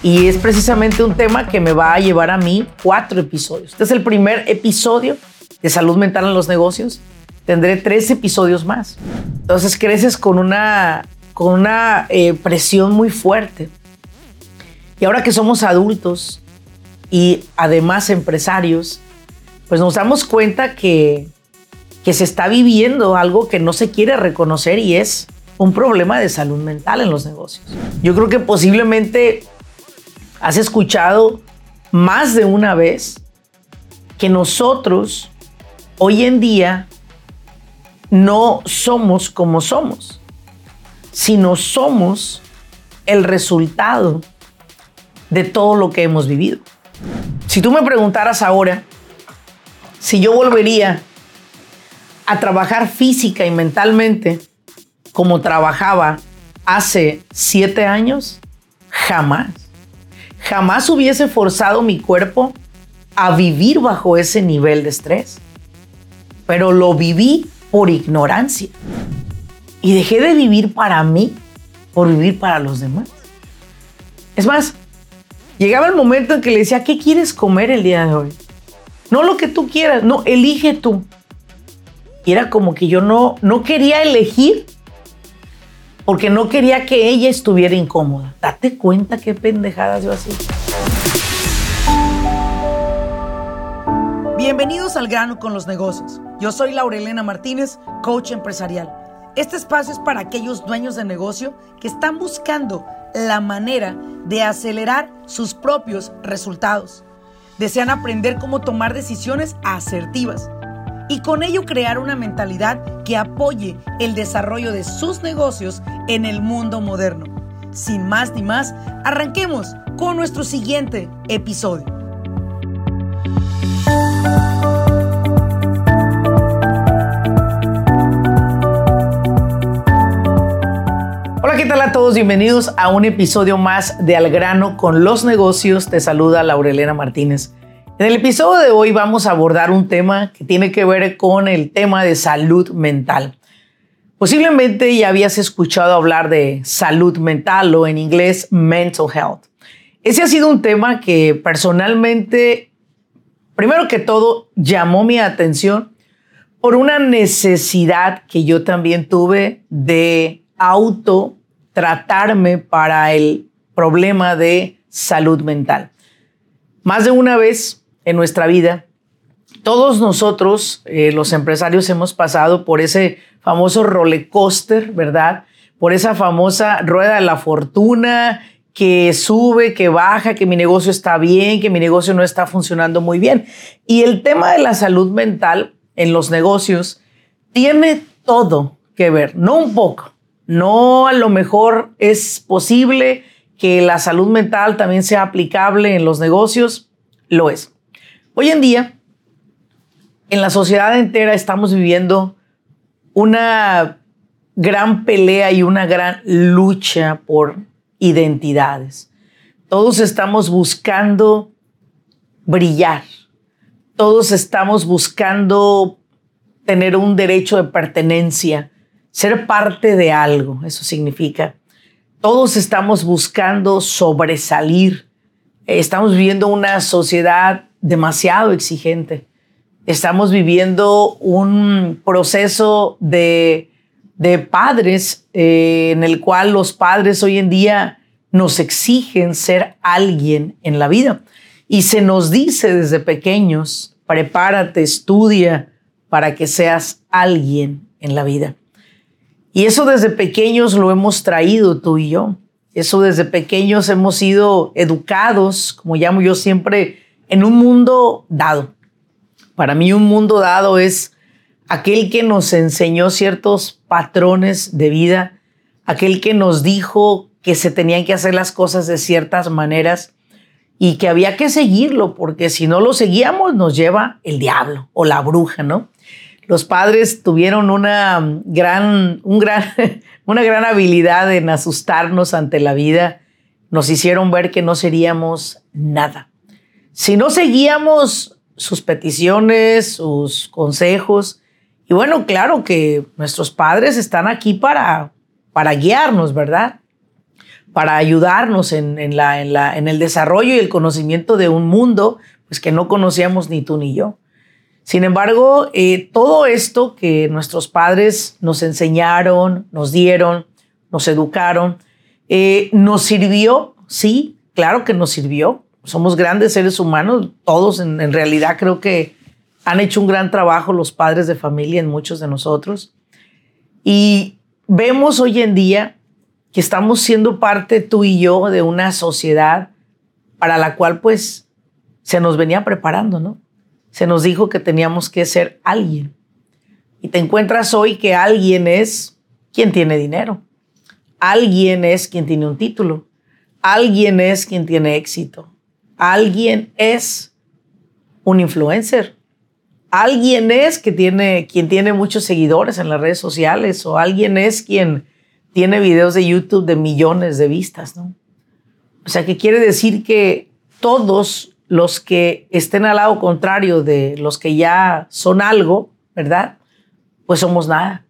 Y es precisamente un tema que me va a llevar a mí 4 episodios. Este es el primer episodio de Salud Mental en los Negocios. Tendré 3 episodios más. Entonces creces con una presión muy fuerte. Y ahora que somos adultos y además empresarios, pues nos damos cuenta que se está viviendo algo que no se quiere reconocer y es un problema de salud mental en los negocios. Yo creo que posiblemente has escuchado más de una vez que nosotros hoy en día no somos como somos, sino somos el resultado de todo lo que hemos vivido. Si tú me preguntaras ahora si yo volvería a trabajar física y mentalmente como trabajaba hace 7 años, jamás hubiese forzado mi cuerpo a vivir bajo ese nivel de estrés. Pero lo viví por ignorancia. Y dejé de vivir para mí por vivir para los demás. Es más, llegaba el momento en que le decía, ¿qué quieres comer el día de hoy? No lo que tú quieras, no, elige tú. Y era como que yo no quería elegir porque no quería que ella estuviera incómoda. Date cuenta qué pendejadas yo hacía. Bienvenidos al grano con los negocios. Yo soy Laurelena Martínez, coach empresarial. Este espacio es para aquellos dueños de negocio que están buscando la manera de acelerar sus propios resultados. Desean aprender cómo tomar decisiones asertivas y con ello crear una mentalidad que apoye el desarrollo de sus negocios en el mundo moderno. Sin más ni más, arranquemos con nuestro siguiente episodio. Hola, ¿qué tal a todos? Bienvenidos a un episodio más de Al Grano con los Negocios. Te saluda Laurelena Martínez. En el episodio de hoy vamos a abordar un tema que tiene que ver con el tema de salud mental. Posiblemente ya habías escuchado hablar de salud mental o en inglés mental health. Ese ha sido un tema que personalmente, primero que todo, llamó mi atención por una necesidad que yo también tuve de autotratarme para el problema de salud mental. Más de una vez en nuestra vida, todos nosotros, los empresarios, hemos pasado por ese famoso roller coaster, ¿verdad? Por esa famosa rueda de la fortuna que sube, que baja, que mi negocio está bien, que mi negocio no está funcionando muy bien. Y el tema de la salud mental en los negocios tiene todo que ver, no un poco. No, a lo mejor es posible que la salud mental también sea aplicable en los negocios. Lo es. Hoy en día, en la sociedad entera estamos viviendo una gran pelea y una gran lucha por identidades. Todos estamos buscando brillar. Todos estamos buscando tener un derecho de pertenencia, ser parte de algo. Eso significa. Todos estamos buscando sobresalir. Estamos viviendo una sociedad demasiado exigente. Estamos viviendo un proceso de padres en el cual los padres hoy en día nos exigen ser alguien en la vida. Y se nos dice desde pequeños, prepárate, estudia para que seas alguien en la vida. Y eso desde pequeños lo hemos traído tú y yo. Eso desde pequeños hemos sido educados, como llamo yo siempre, en un mundo dado. Para mí un mundo dado es aquel que nos enseñó ciertos patrones de vida, aquel que nos dijo que se tenían que hacer las cosas de ciertas maneras y que había que seguirlo, porque si no lo seguíamos nos lleva el diablo o la bruja, ¿no? Los padres tuvieron una gran habilidad en asustarnos ante la vida. Nos hicieron ver que no seríamos nada. Si no seguíamos sus peticiones, sus consejos. Y bueno, claro que nuestros padres están aquí para guiarnos, ¿verdad? para ayudarnos en el desarrollo y el conocimiento de un mundo pues, que no conocíamos ni tú ni yo. Sin embargo, todo esto que nuestros padres nos enseñaron, nos dieron, nos educaron, nos sirvió, sí, claro que nos sirvió. Somos grandes seres humanos, todos en realidad creo que han hecho un gran trabajo los padres de familia en muchos de nosotros. Y vemos hoy en día que estamos siendo parte tú y yo de una sociedad para la cual pues se nos venía preparando, ¿no? Se nos dijo que teníamos que ser alguien. Y te encuentras hoy que alguien es quien tiene dinero. Alguien es quien tiene un título. Alguien es quien tiene éxito. Alguien es un influencer. Alguien es quien tiene muchos seguidores en las redes sociales, o alguien es quien tiene videos de YouTube de millones de vistas, ¿no? O sea, que quiere decir que todos los que estén al lado contrario de los que ya son algo, ¿verdad? Pues somos nada.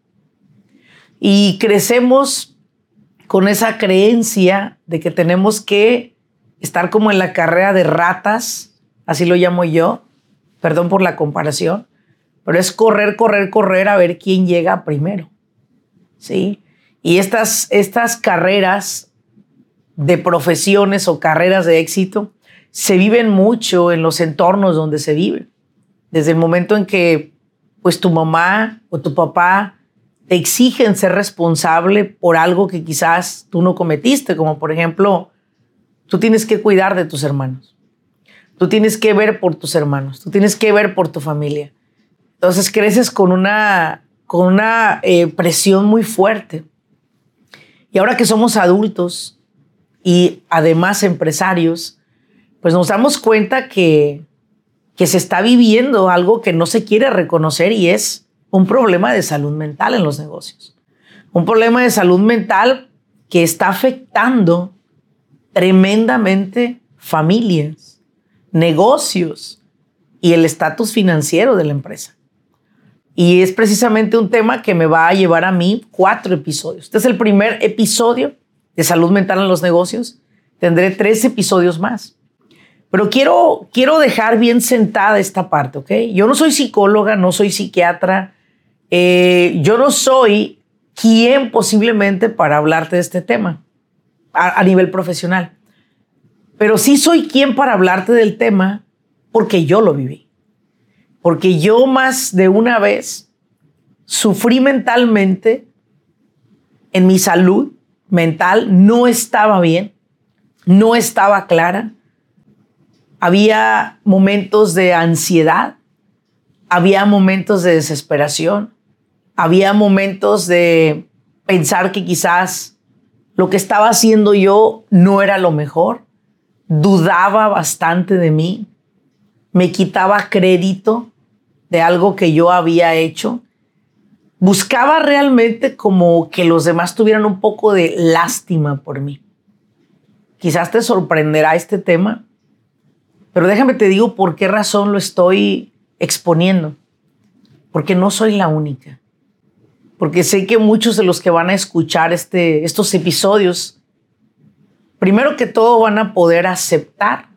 Y crecemos con esa creencia de que tenemos que estar como en la carrera de ratas, así lo llamo yo, perdón por la comparación, pero es correr, correr, correr a ver quién llega primero, ¿sí? Y estas carreras de profesiones o carreras de éxito se viven mucho en los entornos donde se vive. Desde el momento en que pues, tu mamá o tu papá te exigen ser responsable por algo que quizás tú no cometiste, como por ejemplo, tú tienes que cuidar de tus hermanos. Tú tienes que ver por tus hermanos. Tú tienes que ver por tu familia. Entonces creces con una presión muy fuerte. Y ahora que somos adultos y además empresarios, pues nos damos cuenta que se está viviendo algo que no se quiere reconocer y es un problema de salud mental en los negocios. Un problema de salud mental que está afectando tremendamente familias, negocios y el estatus financiero de la empresa. Y es precisamente un tema que me va a llevar a mí 4 episodios. Este es el primer episodio de salud mental en los negocios. Tendré 3 episodios más. Pero quiero dejar bien sentada esta parte, ¿ok? Yo no soy psicóloga, no soy psiquiatra. Yo no soy quien posiblemente para hablarte de este tema a nivel profesional. Pero sí soy quien para hablarte del tema porque yo lo viví. Porque yo más de una vez sufrí mentalmente, en mi salud mental no estaba bien, no estaba clara. Había momentos de ansiedad, había momentos de desesperación, había momentos de pensar que quizás lo que estaba haciendo yo no era lo mejor. Dudaba bastante de mí, me quitaba crédito de algo que yo había hecho. Buscaba realmente como que los demás tuvieran un poco de lástima por mí. Quizás te sorprenderá este tema, pero déjame te digo por qué razón lo estoy exponiendo. Porque no soy la única. Porque sé que muchos de los que van a escuchar estos episodios, primero que todo van a poder aceptar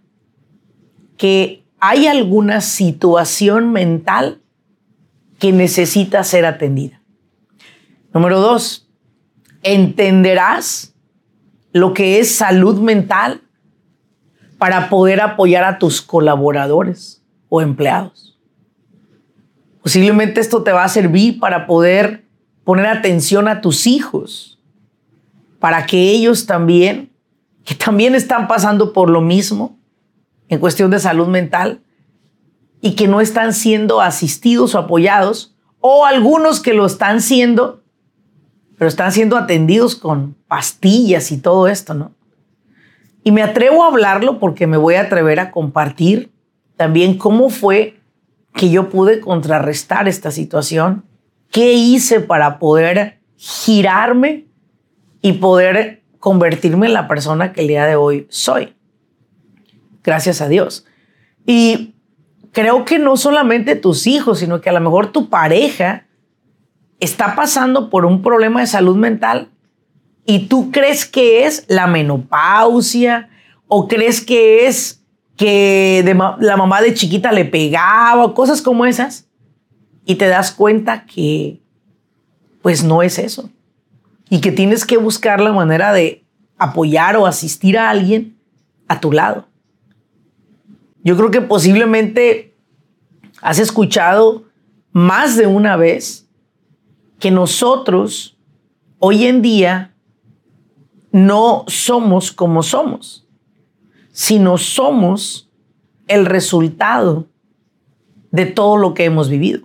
que hay alguna situación mental que necesita ser atendida. Número 2, entenderás lo que es salud mental para poder apoyar a tus colaboradores o empleados. Posiblemente esto te va a servir para poder poner atención a tus hijos, para que ellos también, que también están pasando por lo mismo en cuestión de salud mental y que no están siendo asistidos o apoyados, o algunos que lo están siendo, pero están siendo atendidos con pastillas y todo esto, ¿no? Y me atrevo a hablarlo porque me voy a atrever a compartir también cómo fue que yo pude contrarrestar esta situación, qué hice para poder girarme y poder convertirme en la persona que el día de hoy soy. Gracias a Dios. Y creo que no solamente tus hijos, sino que a lo mejor tu pareja está pasando por un problema de salud mental y tú crees que es la menopausia o crees que es que la mamá de chiquita le pegaba, cosas como esas, y te das cuenta que pues no es eso y que tienes que buscar la manera de apoyar o asistir a alguien a tu lado. Yo creo que posiblemente has escuchado más de una vez que nosotros hoy en día no somos como somos, sino somos el resultado de todo lo que hemos vivido.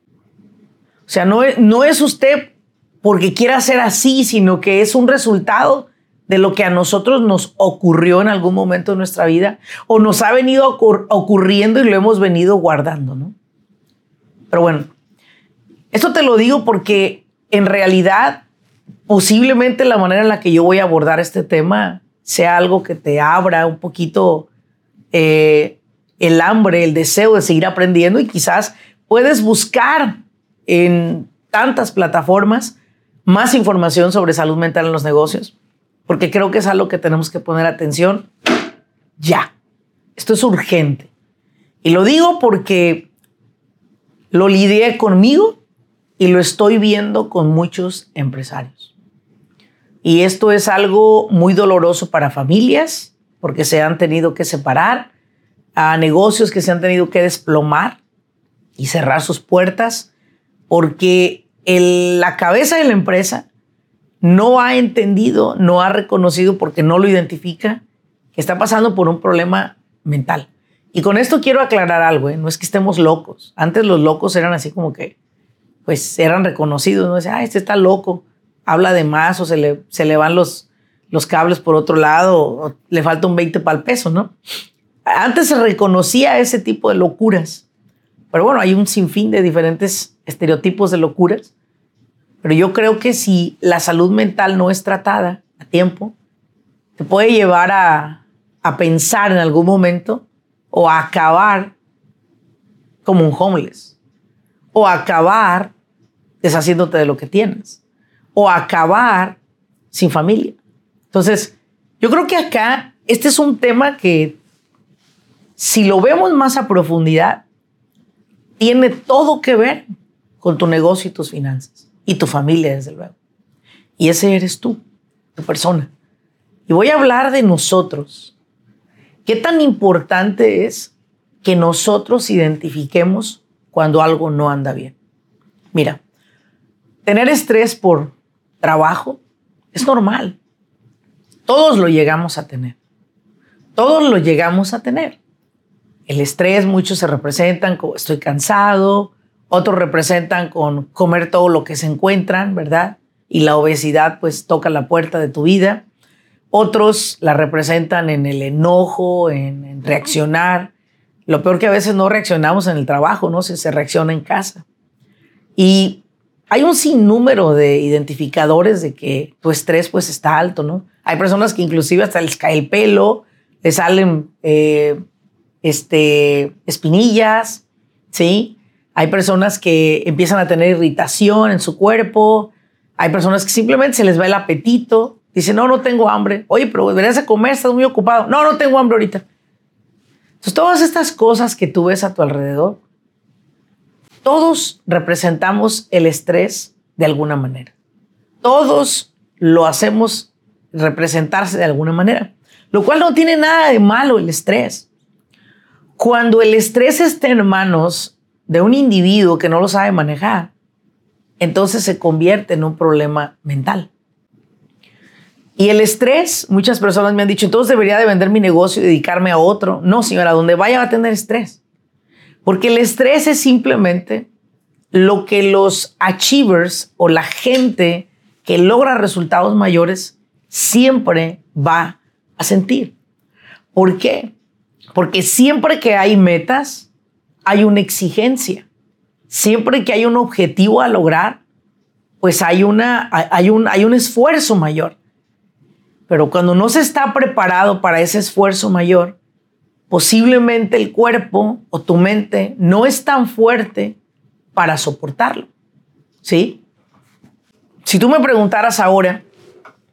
O sea, no es usted porque quiera ser así, sino que es un resultado de lo que a nosotros nos ocurrió en algún momento de nuestra vida o nos ha venido ocurriendo y lo hemos venido guardando, ¿no? Pero bueno, esto te lo digo porque en realidad posiblemente la manera en la que yo voy a abordar este tema sea algo que te abra un poquito el hambre, el deseo de seguir aprendiendo, y quizás puedes buscar en tantas plataformas más información sobre salud mental en los negocios, porque creo que es algo que tenemos que poner atención ya. Esto es urgente. Y lo digo porque lo lidié conmigo y lo estoy viendo con muchos empresarios. Y esto es algo muy doloroso para familias, porque se han tenido que separar, a negocios que se han tenido que desplomar y cerrar sus puertas, porque la cabeza de la empresa no ha entendido, no ha reconocido, porque no lo identifica, que está pasando por un problema mental. Y con esto quiero aclarar algo, no es que estemos locos. Antes los locos eran así como que, pues eran reconocidos, ¿no? Decían, este está loco, habla de más, o se le van los cables por otro lado, o le falta un 20 para el peso, ¿no? Antes se reconocía ese tipo de locuras. Pero bueno, hay un sinfín de diferentes estereotipos de locuras. Pero yo creo que si la salud mental no es tratada a tiempo, te puede llevar a pensar en algún momento o a acabar como un homeless, o a acabar deshaciéndote de lo que tienes, o a acabar sin familia. Entonces, yo creo que acá este es un tema que, si lo vemos más a profundidad, tiene todo que ver con tu negocio y tus finanzas y tu familia, desde luego. Y ese eres tú, tu persona. Y voy a hablar de nosotros. ¿Qué tan importante es que nosotros identifiquemos cuando algo no anda bien? Mira, tener estrés por trabajo es normal. Todos lo llegamos a tener. Todos lo llegamos a tener. El estrés, muchos se representan como estoy cansado, otros representan con comer todo lo que se encuentran, ¿verdad? Y la obesidad pues toca la puerta de tu vida. Otros la representan en el enojo, en reaccionar. Lo peor que a veces no reaccionamos en el trabajo, ¿no? Se reacciona en casa. Y hay un sinnúmero de identificadores de que tu estrés pues está alto, ¿no? Hay personas que inclusive hasta les cae el pelo, les salen espinillas, ¿sí? Hay personas que empiezan a tener irritación en su cuerpo. Hay personas que simplemente se les va el apetito. Dicen, no tengo hambre. Oye, pero deberías de comer, estás muy ocupado. No tengo hambre ahorita. Entonces, todas estas cosas que tú ves a tu alrededor, todos representamos el estrés de alguna manera. Todos lo hacemos representarse de alguna manera, lo cual no tiene nada de malo el estrés. Cuando el estrés está en manos de un individuo que no lo sabe manejar, entonces se convierte en un problema mental. Y el estrés, muchas personas me han dicho, entonces debería de vender mi negocio y dedicarme a otro. No, señora, donde vaya va a tener estrés. Porque el estrés es simplemente lo que los achievers o la gente que logra resultados mayores siempre va a sentir. ¿Por qué? Porque siempre que hay metas, hay una exigencia. Siempre que hay un objetivo a lograr, pues hay un esfuerzo mayor. Pero cuando no se está preparado para ese esfuerzo mayor, posiblemente el cuerpo o tu mente no es tan fuerte para soportarlo, ¿sí? Si tú me preguntaras ahora,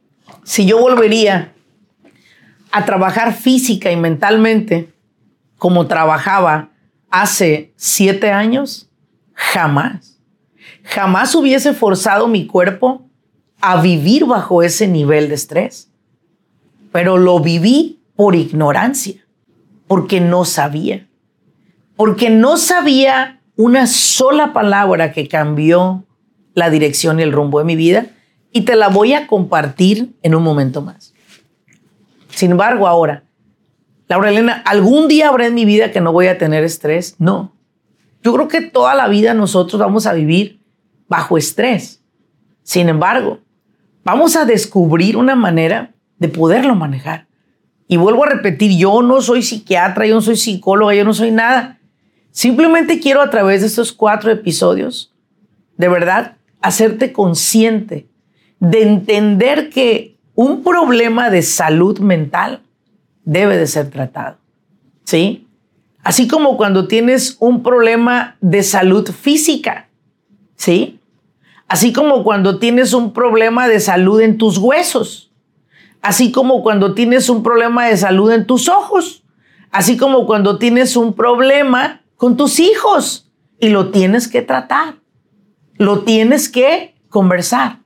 si yo volvería a trabajar física y mentalmente como trabajaba hace 7 años, jamás. Jamás hubiese forzado mi cuerpo a vivir bajo ese nivel de estrés. Pero lo viví por ignorancia, porque no sabía. Porque no sabía una sola palabra que cambió la dirección y el rumbo de mi vida, y te la voy a compartir en un momento más. Sin embargo, ahora, Laura Elena, ¿algún día habrá en mi vida que no voy a tener estrés? No. Yo creo que toda la vida nosotros vamos a vivir bajo estrés. Sin embargo, vamos a descubrir una manera de poderlo manejar. Y vuelvo a repetir, yo no soy psiquiatra, yo no soy psicóloga, yo no soy nada. Simplemente quiero, a través de estos 4 episodios, de verdad, hacerte consciente de entender que un problema de salud mental debe de ser tratado, ¿sí? Así como cuando tienes un problema de salud física, ¿sí? Así como cuando tienes un problema de salud en tus huesos, así como cuando tienes un problema de salud en tus ojos, así como cuando tienes un problema con tus hijos y lo tienes que tratar, lo tienes que conversar.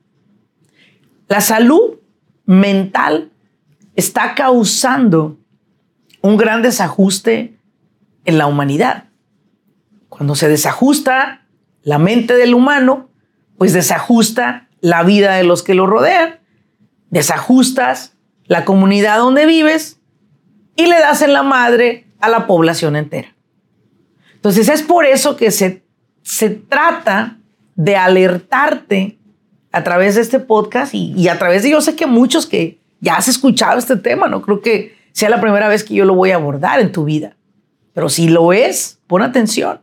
La salud mental está causando un gran desajuste en la humanidad. Cuando se desajusta la mente del humano, pues desajusta la vida de los que lo rodean, desajustas la comunidad donde vives y le das en la madre a la población entera. Entonces es por eso que se trata de alertarte a través de este podcast y a través de, yo sé que muchos que ya has escuchado este tema, no creo que sea la primera vez que yo lo voy a abordar en tu vida, pero si lo es, pon atención,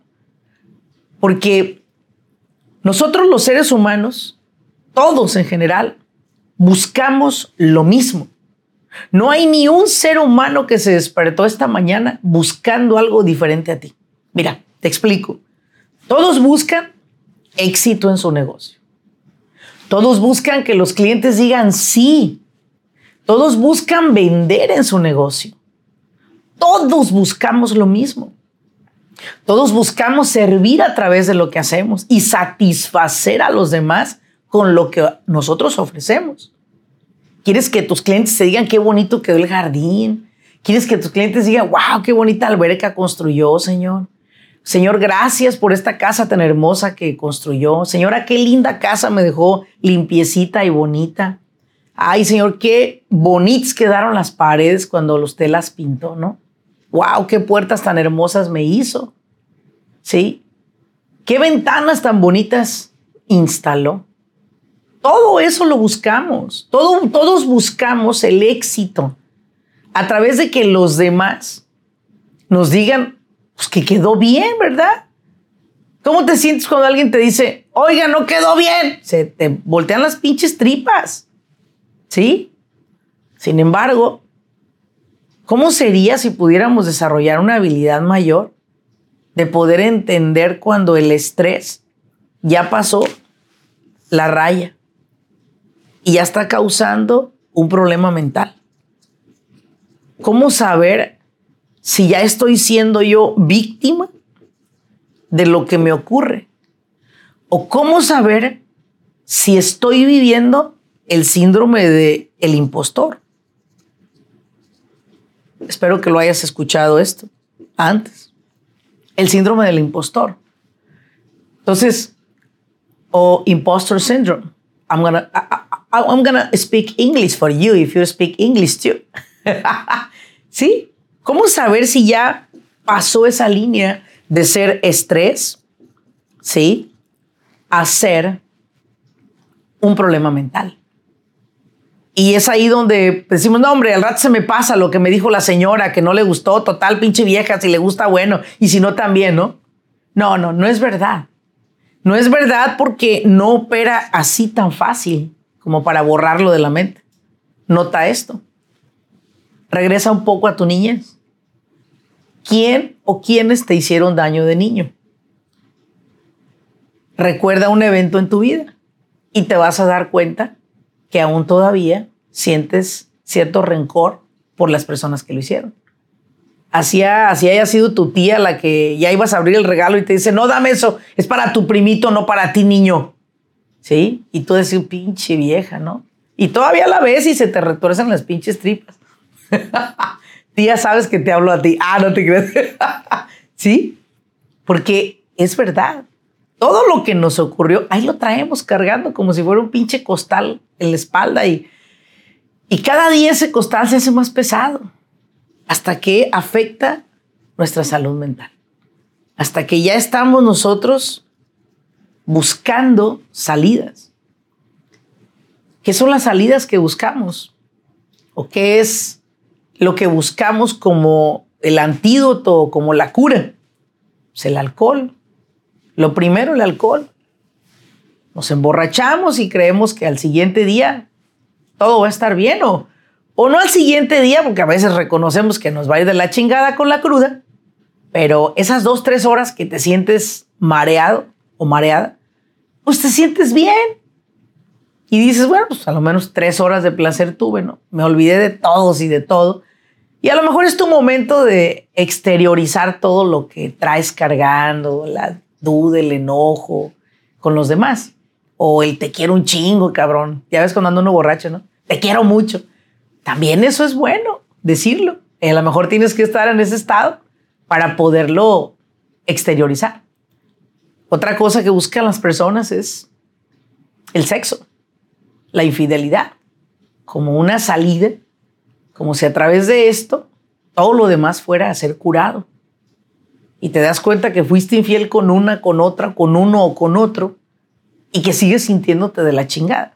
porque nosotros los seres humanos, todos en general, buscamos lo mismo. No hay ni un ser humano que se despertó esta mañana buscando algo diferente a ti. Mira, te explico. Todos buscan éxito en su negocio. Todos buscan que los clientes digan sí. Todos buscan vender en su negocio. Todos buscamos lo mismo. Todos buscamos servir a través de lo que hacemos y satisfacer a los demás con lo que nosotros ofrecemos. ¿Quieres que tus clientes te digan qué bonito quedó el jardín? ¿Quieres que tus clientes digan, wow, qué bonita alberca construyó, Señor? Señor, gracias por esta casa tan hermosa que construyó. Señora, qué linda casa me dejó, limpiecita y bonita. Ay, Señor, qué bonitas quedaron las paredes cuando usted las pintó, ¿no? Wow, qué puertas tan hermosas me hizo. ¿Sí? Qué ventanas tan bonitas instaló. Todo eso lo buscamos. Todos buscamos el éxito a través de que los demás nos digan pues, que quedó bien, ¿verdad? ¿Cómo te sientes cuando alguien te dice, oiga, no quedó bien? Se te voltean las pinches tripas. ¿Sí? Sin embargo, ¿cómo sería si pudiéramos desarrollar una habilidad mayor de poder entender cuando el estrés ya pasó la raya y ya está causando un problema mental? ¿Cómo saber si ya estoy siendo yo víctima de lo que me ocurre? ¿O cómo saber si estoy viviendo el síndrome del impostor? Espero que lo hayas escuchado esto antes. El síndrome del impostor. Entonces, o imposter syndrome. I'm gonna speak English for you if you speak English too. ¿Sí? ¿Cómo saber si ya pasó esa línea de ser estrés, ¿sí?, a ser un problema mental? Y es ahí donde decimos, no, hombre, al rato se me pasa lo que me dijo la señora, que no le gustó, total, pinche vieja, si le gusta, bueno, y si no, también, ¿no? No es verdad. No es verdad porque no opera así tan fácil como para borrarlo de la mente. Nota esto. Regresa un poco a tu niñez. ¿Quién o quiénes te hicieron daño de niño? Recuerda un evento en tu vida y te vas a dar cuenta que aún todavía sientes cierto rencor por las personas que lo hicieron. Así haya sido tu tía la que ya ibas a abrir el regalo y te dice, no, dame eso, es para tu primito, no para ti, niño. ¿Sí? Y tú decís, pinche vieja, ¿no? Y todavía la ves y se te retuercen las pinches tripas. Tía, sabes que te hablo a ti. Ah, no te crees. ¿Sí? Porque es verdad. Todo lo que nos ocurrió, ahí lo traemos cargando como si fuera un pinche costal en la espalda y cada día ese costal se hace más pesado hasta que afecta nuestra salud mental. Hasta que ya estamos nosotros buscando salidas. ¿Qué son las salidas que buscamos? ¿O qué es lo que buscamos como el antídoto, como la cura? Pues el alcohol. Lo primero, el alcohol. Nos emborrachamos y creemos que al siguiente día todo va a estar bien o no al siguiente día, porque a veces reconocemos que nos va a ir de la chingada con la cruda, pero esas 2-3 horas que te sientes mareado o mareada, pues te sientes bien. Y dices, bueno, pues a lo menos 3 horas de placer tuve, ¿no? Me olvidé de todos y de todo. Y a lo mejor es tu momento de exteriorizar todo lo que traes cargando, la duda, el enojo con los demás. O el te quiero un chingo, cabrón. Ya ves cuando ando uno borracho, ¿no? Te quiero mucho. También eso es bueno, decirlo. A lo mejor tienes que estar en ese estado para poderlo exteriorizar. Otra cosa que buscan las personas es el sexo, la infidelidad, como una salida, como si a través de esto todo lo demás fuera a ser curado. Y te das cuenta que fuiste infiel con una, con otra, con uno o con otro y que sigues sintiéndote de la chingada.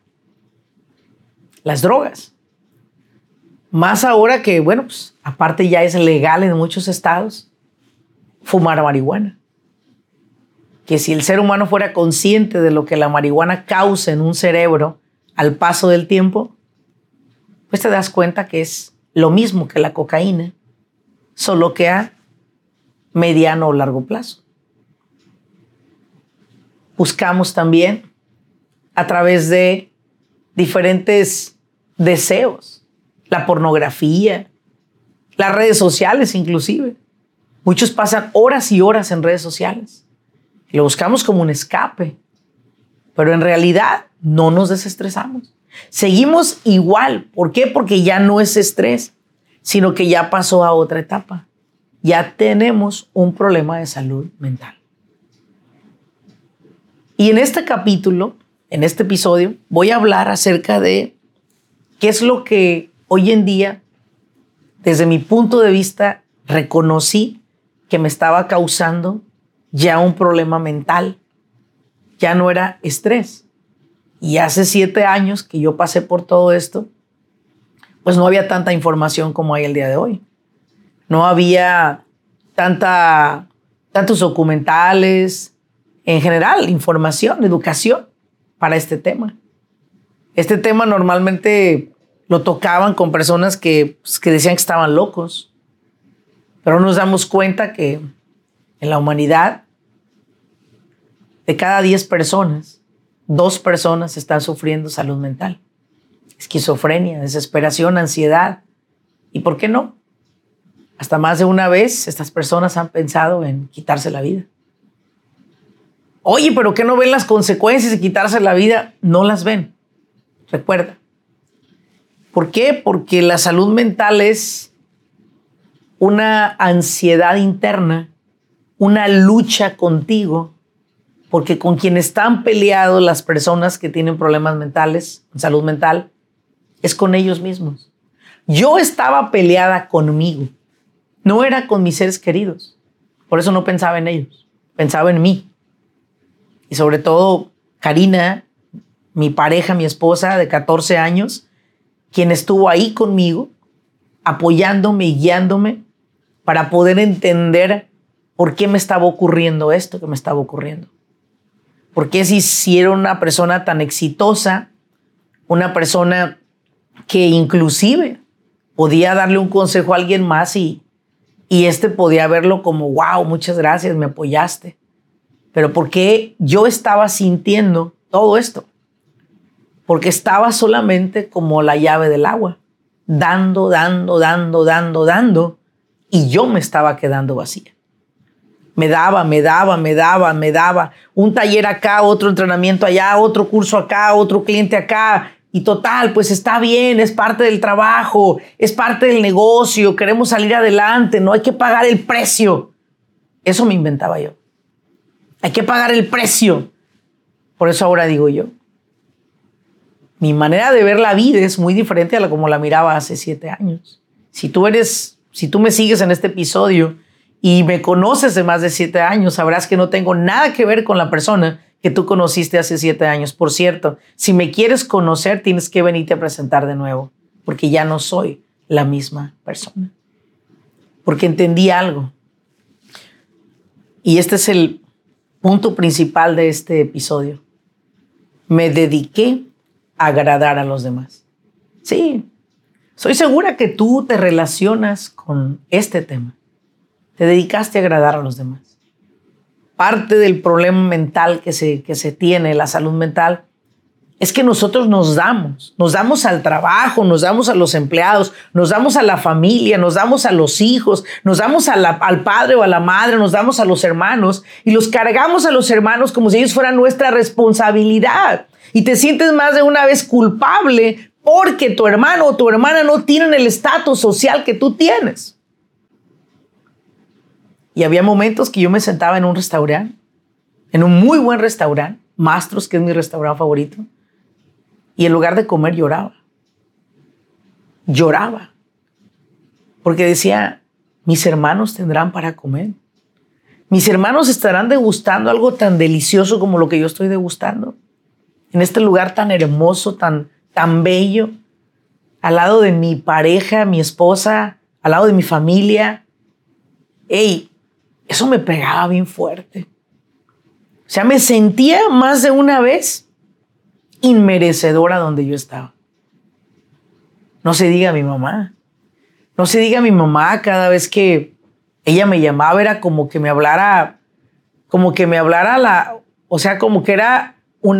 Las drogas. Más ahora que, bueno, pues aparte ya es legal en muchos estados fumar marihuana. Que si el ser humano fuera consciente de lo que la marihuana causa en un cerebro al paso del tiempo, pues te das cuenta que es lo mismo que la cocaína, solo que a mediano o largo plazo. Buscamos también a través de diferentes deseos, la pornografía, las redes sociales inclusive. Muchos pasan horas y horas en redes sociales. Y lo buscamos como un escape. Pero en realidad no nos desestresamos. Seguimos igual. ¿Por qué? Porque ya no es estrés, sino que ya pasó a otra etapa. Ya tenemos un problema de salud mental. Y en este capítulo, en este episodio, voy a hablar acerca de qué es lo que hoy en día, desde mi punto de vista, reconocí que me estaba causando ya un problema mental. Ya no era estrés. Y hace 7 años que yo pasé por todo esto, pues no había tanta información como hay el día de hoy. No había tantos documentales, en general, información, educación para este tema. Este tema normalmente lo tocaban con personas que decían que estaban locos. Pero nos damos cuenta que en la humanidad, de cada 10 personas, 2 personas están sufriendo salud mental. Esquizofrenia, desesperación, ansiedad. ¿Y por qué no? Hasta más de una vez estas personas han pensado en quitarse la vida. Oye, ¿pero qué no ven las consecuencias de quitarse la vida? No las ven. Recuerda. ¿Por qué? Porque la salud mental es una ansiedad interna, una lucha contigo, porque con quien están peleados las personas que tienen problemas mentales, salud mental, es con ellos mismos. Yo estaba peleada conmigo, no era con mis seres queridos. Por eso no pensaba en ellos, pensaba en mí. Y sobre todo Karina, mi pareja, mi esposa de 14 años, quien estuvo ahí conmigo, apoyándome y guiándome para poder entender por qué me estaba ocurriendo esto que me estaba ocurriendo. ¿Por qué si era una persona tan exitosa, una persona que inclusive podía darle un consejo a alguien más y este podía verlo como, wow, muchas gracias, me apoyaste? Pero ¿por qué yo estaba sintiendo todo esto? porque estaba solamente como la llave del agua, dando, y yo me estaba quedando vacía. Me daba. Un taller acá, otro entrenamiento allá, otro curso acá, otro cliente acá. Y total, pues está bien, es parte del trabajo, es parte del negocio, queremos salir adelante, no hay que pagar el precio. Eso me inventaba yo. Hay que pagar el precio. Por eso ahora digo yo, mi manera de ver la vida es muy diferente a la como la miraba hace 7 años. Si tú me sigues en este episodio y me conoces de más de 7 años, sabrás que no tengo nada que ver con la persona que tú conociste hace 7 años. Por cierto, si me quieres conocer, tienes que venirte a presentar de nuevo, porque ya no soy la misma persona. Porque entendí algo. Y este es el punto principal de este episodio. Me dediqué a agradar a los demás. Sí, soy segura que tú te relacionas con este tema. Te dedicaste a agradar a los demás. Parte del problema mental que se tiene, la salud mental, es que nosotros nos damos al trabajo, nos damos a los empleados, nos damos a la familia, nos damos a los hijos, nos damos al padre o a la madre, nos damos a los hermanos y los cargamos a los hermanos como si ellos fueran nuestra responsabilidad. Y te sientes más de una vez culpable porque tu hermano o tu hermana no tienen el estatus social que tú tienes. Y había momentos que yo me sentaba en un restaurante, en un muy buen restaurante, Mastros, que es mi restaurante favorito, y en lugar de comer lloraba. Lloraba. Porque decía, mis hermanos tendrán para comer. Mis hermanos estarán degustando algo tan delicioso como lo que yo estoy degustando. En este lugar tan hermoso, tan bello, al lado de mi pareja, mi esposa, al lado de mi familia. Ey, eso me pegaba bien fuerte. O sea, me sentía más de una vez inmerecedora donde yo estaba. No se diga a mi mamá. No se diga a mi mamá cada vez que ella me llamaba, era como que me hablara o sea, como que era un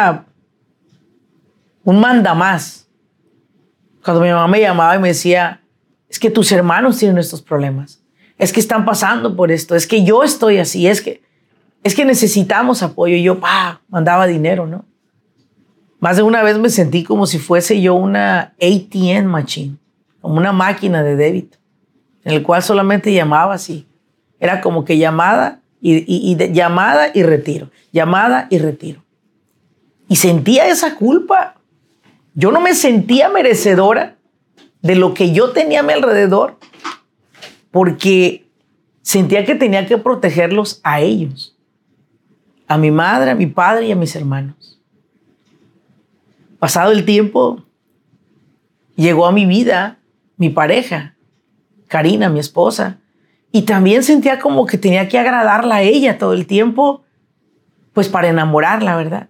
mandamás. Cuando mi mamá me llamaba y me decía, es que tus hermanos tienen estos problemas. Es que están pasando por esto. Es que yo estoy así. Es que necesitamos apoyo. Y yo, mandaba dinero, ¿no? Más de una vez me sentí como si fuese yo una ATM machine, como una máquina de débito, en el cual solamente llamaba así. Era como que llamada y llamada y retiro, llamada y retiro. Y sentía esa culpa. Yo no me sentía merecedora de lo que yo tenía a mi alrededor, porque sentía que tenía que protegerlos a ellos, a mi madre, a mi padre y a mis hermanos. Pasado el tiempo, llegó a mi vida mi pareja, Karina, mi esposa, y también sentía como que tenía que agradarla a ella todo el tiempo, pues para enamorarla, ¿verdad?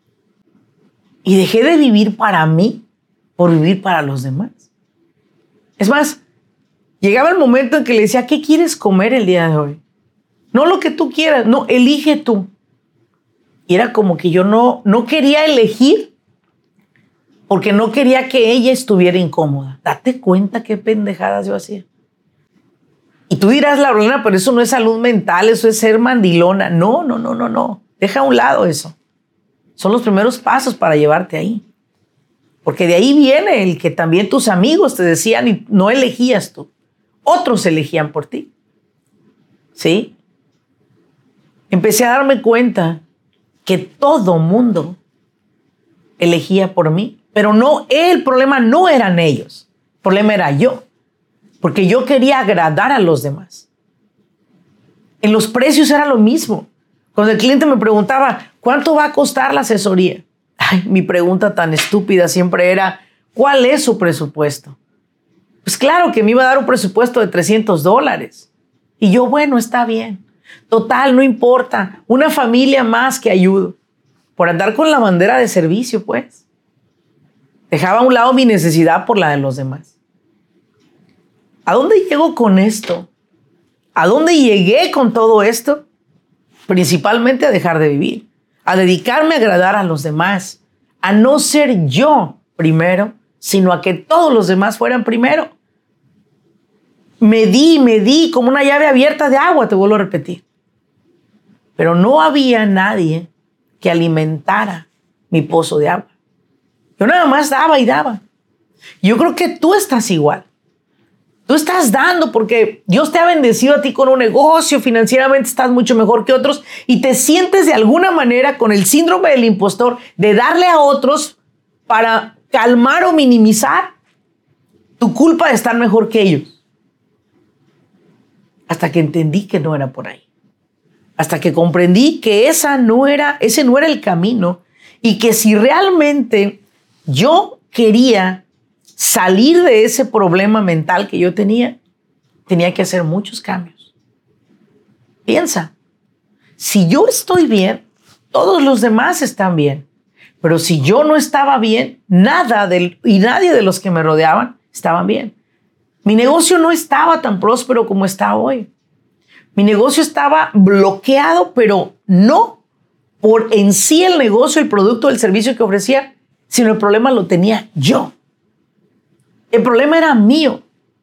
Y dejé de vivir para mí por vivir para los demás. Es más, llegaba el momento en que le decía, ¿qué quieres comer el día de hoy? No lo que tú quieras, no, elige tú. Y era como que yo no quería elegir porque no quería que ella estuviera incómoda. Date cuenta qué pendejadas yo hacía. Y tú dirás, Laurelena, pero eso no es salud mental, eso es ser mandilona. No. Deja a un lado eso. Son los primeros pasos para llevarte ahí. Porque de ahí viene el que también tus amigos te decían y no elegías tú. Otros elegían por ti. ¿Sí? Empecé a darme cuenta que todo mundo elegía por mí. Pero no, el problema no eran ellos. El problema era yo. Porque yo quería agradar a los demás. En los precios era lo mismo. Cuando el cliente me preguntaba, ¿cuánto va a costar la asesoría? Ay, mi pregunta tan estúpida siempre era, ¿cuál es su presupuesto? Pues claro que me iba a dar un presupuesto de $300. Y yo, bueno, está bien. Total, no importa. Una familia más que ayudo. Por andar con la bandera de servicio, pues. Dejaba a un lado mi necesidad por la de los demás. ¿A dónde llego con esto? ¿A dónde llegué con todo esto? Principalmente a dejar de vivir, a dedicarme a agradar a los demás, a no ser yo primero, sino a que todos los demás fueran primero. Me di como una llave abierta de agua, te vuelvo a repetir. Pero no había nadie que alimentara mi pozo de agua. Yo nada más daba y daba. Yo creo que tú estás igual. Tú estás dando porque Dios te ha bendecido a ti con un negocio, financieramente estás mucho mejor que otros y te sientes de alguna manera con el síndrome del impostor de darle a otros para calmar o minimizar tu culpa de estar mejor que ellos. Hasta que entendí que no era por ahí. Hasta que comprendí que ese no era el camino y que si realmente yo quería salir de ese problema mental que yo tenía que hacer muchos cambios. Piensa, si yo estoy bien, todos los demás están bien. Pero si yo no estaba bien, y nadie de los que me rodeaban estaban bien. Mi negocio no estaba tan próspero como está hoy. Mi negocio estaba bloqueado, pero no por en sí el negocio, el producto, el servicio que ofrecía, sino el problema lo tenía yo. El problema era mío.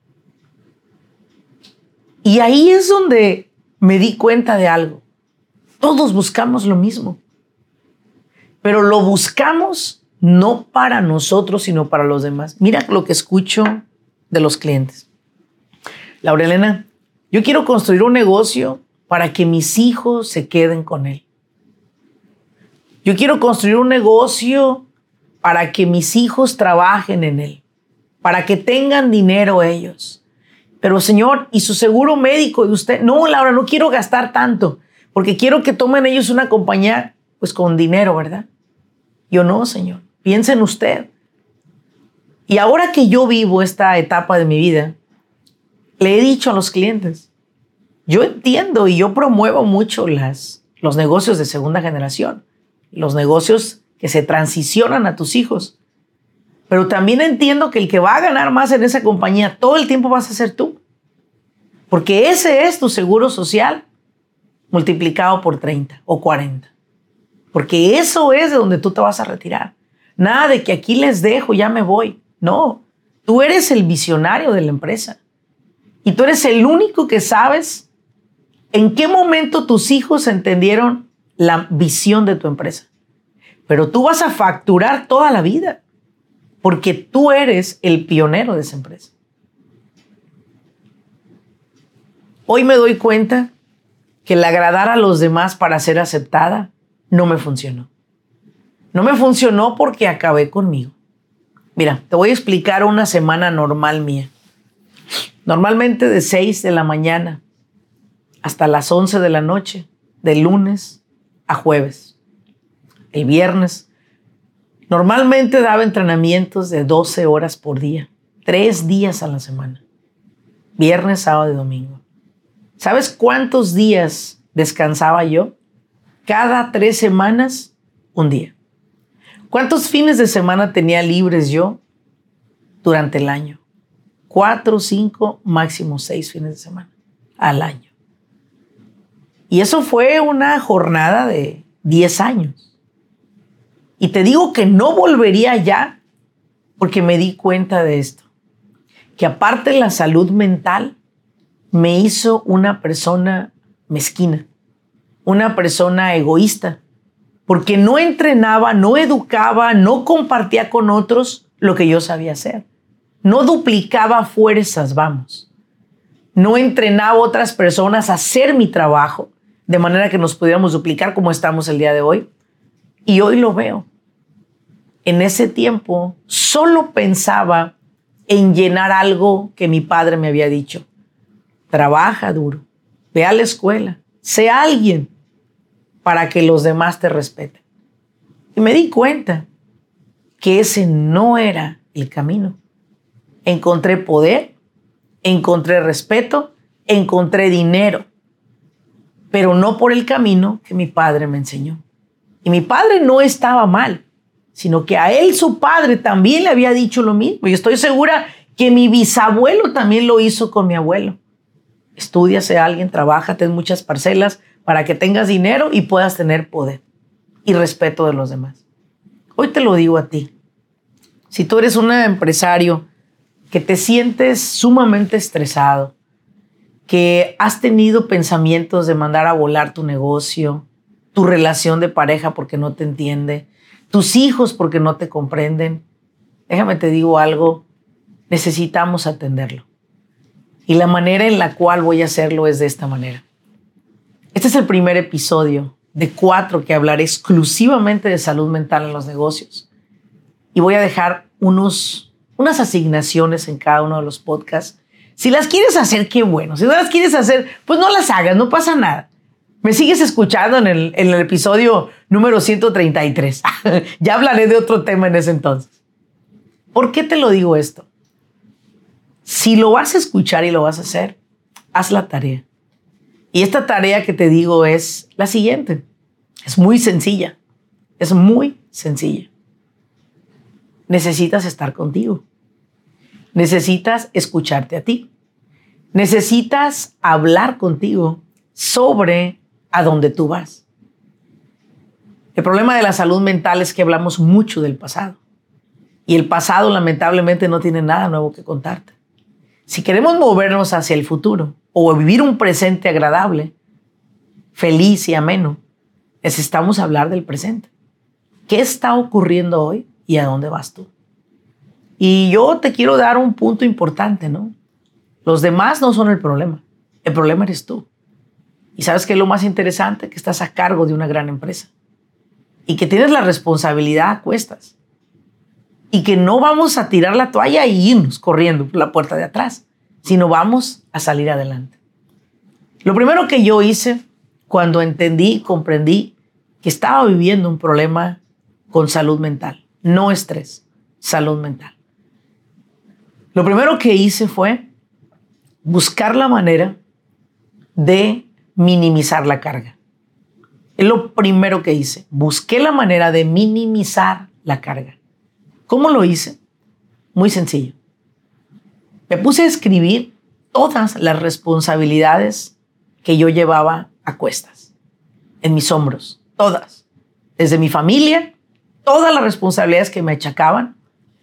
Y ahí es donde me di cuenta de algo. Todos buscamos lo mismo. Pero lo buscamos no para nosotros, sino para los demás. Mira lo que escucho de los clientes. Laura Elena, yo quiero construir un negocio para que mis hijos se queden con él. Yo quiero construir un negocio para que mis hijos trabajen en él, para que tengan dinero ellos. Pero señor, ¿y su seguro médico de usted? No, Laura, no quiero gastar tanto, porque quiero que tomen ellos una compañía pues con dinero, ¿verdad? Yo no, señor, piensa en usted. Y ahora que yo vivo esta etapa de mi vida, le he dicho a los clientes, yo entiendo y yo promuevo mucho los negocios de segunda generación, los negocios que se transicionan a tus hijos. Pero también entiendo que el que va a ganar más en esa compañía todo el tiempo vas a ser tú. Porque ese es tu seguro social multiplicado por 30 o 40. Porque eso es de donde tú te vas a retirar. Nada de que aquí les dejo, ya me voy. No, tú eres el visionario de la empresa. Y tú eres el único que sabes en qué momento tus hijos entendieron la visión de tu empresa. Pero tú vas a facturar toda la vida. Porque tú eres el pionero de esa empresa. Hoy me doy cuenta que el agradar a los demás para ser aceptada no me funcionó. No me funcionó porque acabé conmigo. Mira, te voy a explicar una semana normal mía. Normalmente de 6 de la mañana hasta las 11 de la noche, de lunes a jueves. El viernes normalmente daba entrenamientos de 12 horas por día, 3 días a la semana, viernes, sábado y domingo. ¿Sabes cuántos días descansaba yo? Cada 3 semanas, un día. ¿Cuántos fines de semana tenía libres yo durante el año? 4, 5, máximo 6 fines de semana al año. Y eso fue una jornada de 10 años. Y te digo que no volvería ya porque me di cuenta de esto. Que aparte de la salud mental, me hizo una persona mezquina, una persona egoísta, porque no entrenaba, no educaba, no compartía con otros lo que yo sabía hacer. No duplicaba fuerzas, vamos. No entrenaba a otras personas a hacer mi trabajo de manera que nos pudiéramos duplicar como estamos el día de hoy. Y hoy lo veo. En ese tiempo solo pensaba en llenar algo que mi padre me había dicho. Trabaja duro, ve a la escuela, sé alguien para que los demás te respeten. Y me di cuenta que ese no era el camino. Encontré poder, encontré respeto, encontré dinero, pero no por el camino que mi padre me enseñó. Y mi padre no estaba mal, sino que a él su padre también le había dicho lo mismo. Y estoy segura que mi bisabuelo también lo hizo con mi abuelo. Estudia, sé alguien, trabaja, ten muchas parcelas para que tengas dinero y puedas tener poder y respeto de los demás. Hoy te lo digo a ti. Si tú eres un empresario que te sientes sumamente estresado, que has tenido pensamientos de mandar a volar tu negocio, tu relación de pareja porque no te entiende, tus hijos porque no te comprenden, déjame te digo algo, necesitamos atenderlo. Y la manera en la cual voy a hacerlo es de esta manera. Este es el primer episodio de 4 que hablaré exclusivamente de salud mental en los negocios. Y voy a dejar unas asignaciones en cada uno de los podcasts. Si las quieres hacer, qué bueno. Si no las quieres hacer, pues no las hagas, no pasa nada. Me sigues escuchando en el episodio número 133. Ya hablaré de otro tema en ese entonces. ¿Por qué te lo digo esto? Si lo vas a escuchar y lo vas a hacer, haz la tarea. Y esta tarea que te digo es la siguiente. Es muy sencilla. Es muy sencilla. Necesitas estar contigo. Necesitas escucharte a ti. Necesitas hablar contigo sobre a dónde tú vas. El problema de la salud mental es que hablamos mucho del pasado. Y el pasado, lamentablemente, no tiene nada nuevo que contarte. Si queremos movernos hacia el futuro o vivir un presente agradable, feliz y ameno, necesitamos hablar del presente. ¿Qué está ocurriendo hoy y a dónde vas tú? Y yo te quiero dar un punto importante, ¿no? Los demás no son el problema eres tú. ¿Y sabes qué es lo más interesante? Que estás a cargo de una gran empresa y que tienes la responsabilidad a cuestas y que no vamos a tirar la toalla y irnos corriendo por la puerta de atrás, sino vamos a salir adelante. Lo primero que yo hice cuando entendí, comprendí que estaba viviendo un problema con salud mental, no estrés, salud mental. Lo primero que hice fue buscar la manera de minimizar la carga. Es lo primero que hice. Busqué la manera de minimizar la carga. ¿Cómo lo hice? Muy sencillo. Me puse a escribir todas las responsabilidades que yo llevaba a cuestas, en mis hombros, todas. Desde mi familia, todas las responsabilidades que me achacaban,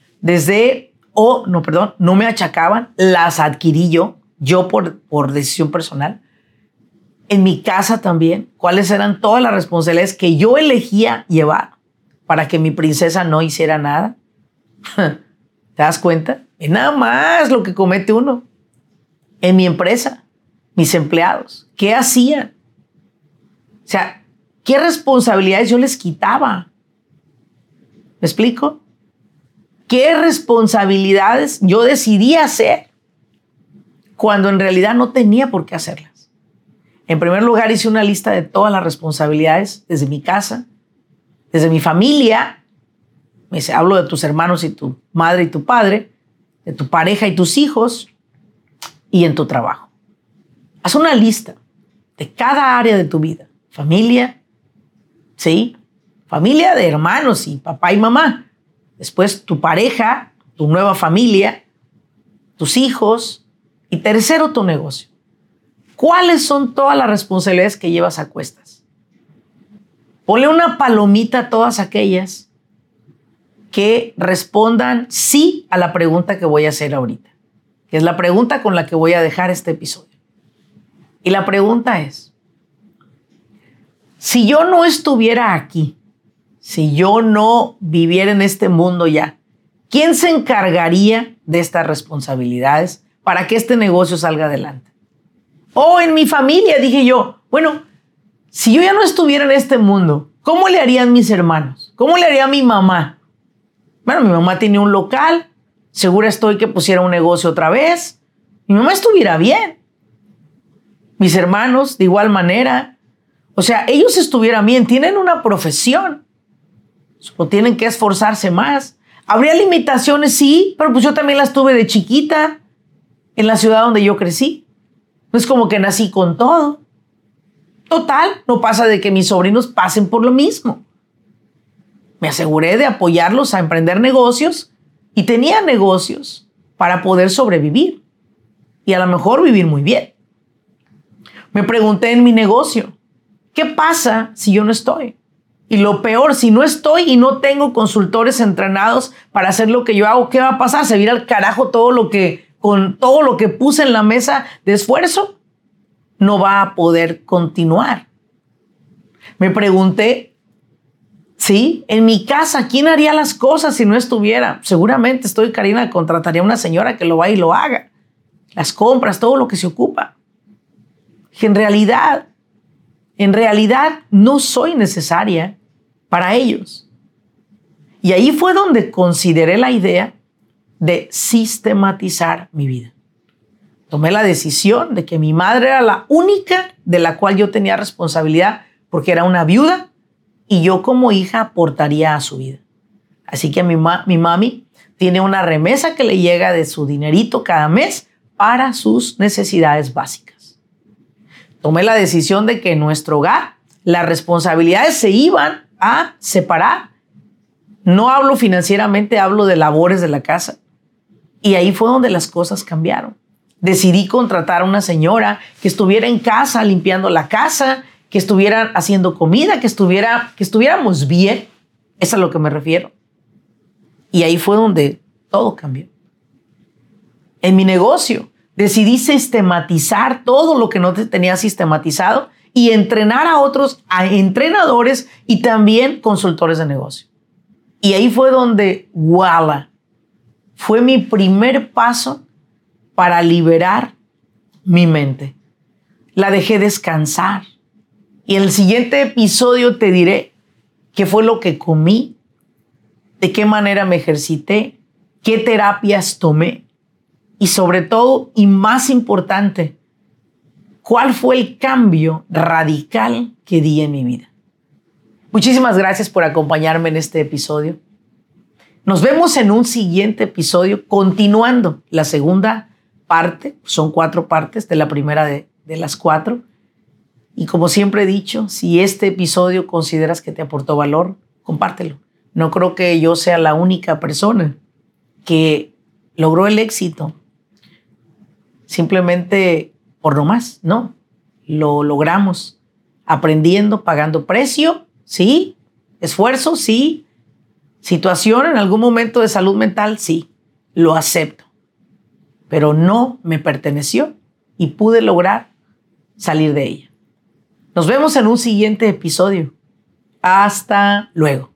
no me achacaban, las adquirí yo por decisión personal. En mi casa también, cuáles eran todas las responsabilidades que yo elegía llevar para que mi princesa no hiciera nada. ¿Te das cuenta? Es nada más lo que comete uno. En mi empresa, mis empleados, ¿qué hacían? O sea, ¿qué responsabilidades yo les quitaba? ¿Me explico? ¿Qué responsabilidades yo decidí hacer cuando en realidad no tenía por qué hacerlas? En primer lugar, hice una lista de todas las responsabilidades desde mi casa, desde mi familia. Hablo de tus hermanos y tu madre y tu padre, de tu pareja y tus hijos, y en tu trabajo. Haz una lista de cada área de tu vida. Familia, ¿sí? Familia de hermanos y papá y mamá. Después tu pareja, tu nueva familia, tus hijos y tercero tu negocio. ¿Cuáles son todas las responsabilidades que llevas a cuestas? Ponle una palomita a todas aquellas que respondan sí a la pregunta que voy a hacer ahorita, que es la pregunta con la que voy a dejar este episodio. Y la pregunta es, si yo no estuviera aquí, si yo no viviera en este mundo ya, ¿quién se encargaría de estas responsabilidades para que este negocio salga adelante? O en mi familia, dije yo, bueno, si yo ya no estuviera en este mundo, ¿cómo le harían mis hermanos? ¿Cómo le haría mi mamá? Bueno, mi mamá tiene un local, segura estoy que pusiera un negocio otra vez. Mi mamá estuviera bien. Mis hermanos, de igual manera. O sea, ellos estuvieran bien, tienen una profesión. O tienen que esforzarse más. ¿Habría limitaciones? Sí, pero pues yo también las tuve de chiquita en la ciudad donde yo crecí. No es como que nací con todo. Total, no pasa de que mis sobrinos pasen por lo mismo. Me aseguré de apoyarlos a emprender negocios y tenía negocios para poder sobrevivir y a lo mejor vivir muy bien. Me pregunté en mi negocio, ¿qué pasa si yo no estoy? Y lo peor, si no estoy y no tengo consultores entrenados para hacer lo que yo hago, ¿qué va a pasar? Se va a ir al carajo con todo lo que puse en la mesa de esfuerzo. No va a poder continuar. Me pregunté, ¿sí? En mi casa, ¿quién haría las cosas si no estuviera? Seguramente Karina, contrataría a una señora que lo vaya y lo haga. Las compras, todo lo que se ocupa. En realidad no soy necesaria para ellos. Y ahí fue donde consideré la idea de sistematizar mi vida. Tomé la decisión de que mi madre era la única de la cual yo tenía responsabilidad porque era una viuda y yo como hija aportaría a su vida. Así que mi mami tiene una remesa que le llega de su dinerito cada mes para sus necesidades básicas. Tomé la decisión de que en nuestro hogar las responsabilidades se iban a separar. No hablo financieramente, hablo de labores de la casa. Y ahí fue donde las cosas cambiaron. Decidí contratar a una señora que estuviera en casa limpiando la casa, que estuviera haciendo comida, que estuviéramos bien. Eso es a lo que me refiero. Y ahí fue donde todo cambió. En mi negocio decidí sistematizar todo lo que no tenía sistematizado y entrenar a otros, a entrenadores y también consultores de negocio. Y ahí fue donde, ¡wala!, fue mi primer paso para liberar mi mente. La dejé descansar. Y en el siguiente episodio te diré qué fue lo que comí, de qué manera me ejercité, qué terapias tomé y sobre todo, y más importante, cuál fue el cambio radical que di en mi vida. Muchísimas gracias por acompañarme en este episodio. Nos vemos en un siguiente episodio continuando la segunda parte. Son 4 partes de la primera de las 4. Y como siempre he dicho, si este episodio consideras que te aportó valor, compártelo. No creo que yo sea la única persona que logró el éxito simplemente por nomás. No, lo logramos aprendiendo, pagando precio, sí, esfuerzo, sí, situación en algún momento de salud mental, sí, lo acepto, pero no me perteneció y pude lograr salir de ella. Nos vemos en un siguiente episodio. Hasta luego.